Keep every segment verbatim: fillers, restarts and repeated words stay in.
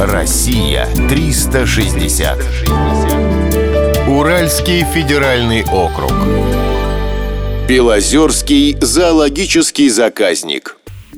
Россия триста шестьдесят. Уральский федеральный округ. Белозерский зоологический заказник.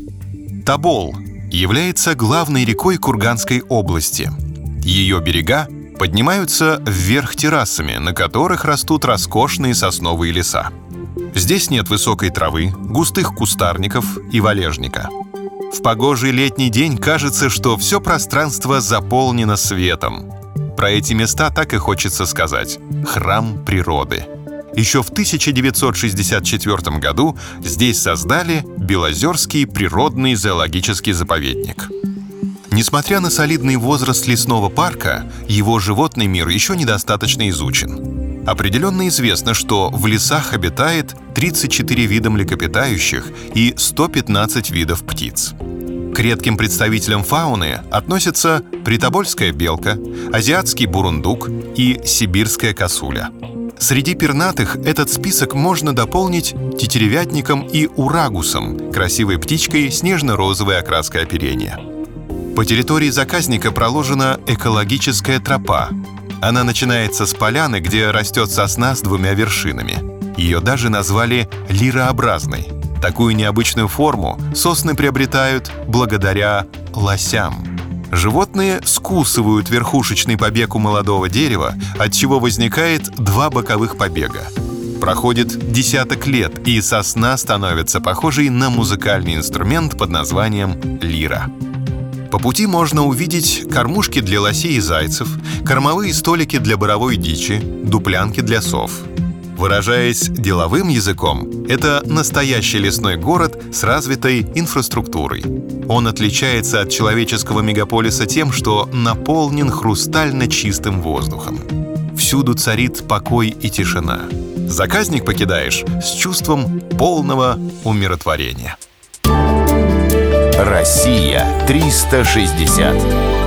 Тобол является главной рекой Курганской области. Ее берега поднимаются вверх террасами, на которых растут роскошные сосновые леса. Здесь нет высокой травы, густых кустарников и валежника. В погожий летний день кажется, что все пространство заполнено светом. Про эти места так и хочется сказать – храм природы. Еще в тысяча девятьсот шестьдесят четвёртом году здесь создали Белозерский природный зоологический заповедник. Несмотря на солидный возраст лесного парка, его животный мир еще недостаточно изучен. Определенно известно, что в лесах обитает тридцать четыре вида млекопитающих и сто пятнадцать видов птиц. К редким представителям фауны относятся притобольская белка, азиатский бурундук и сибирская косуля. Среди пернатых этот список можно дополнить тетеревятником и урагусом, красивой птичкой с нежно-розовой окраской оперения. По территории заказника проложена экологическая тропа. Она начинается с поляны, где растет сосна с двумя вершинами. Ее даже назвали лирообразной. Такую необычную форму сосны приобретают благодаря лосям. Животные скусывают верхушечный побег у молодого дерева, отчего возникает два боковых побега. Проходит десяток лет, и сосна становится похожей на музыкальный инструмент под названием лира. По пути можно увидеть кормушки для лосей и зайцев, кормовые столики для боровой дичи, дуплянки для сов. Выражаясь деловым языком, это настоящий лесной город с развитой инфраструктурой. Он отличается от человеческого мегаполиса тем, что наполнен хрустально чистым воздухом. Всюду царит покой и тишина. Заказник покидаешь с чувством полного умиротворения. Россия триста шестьдесят.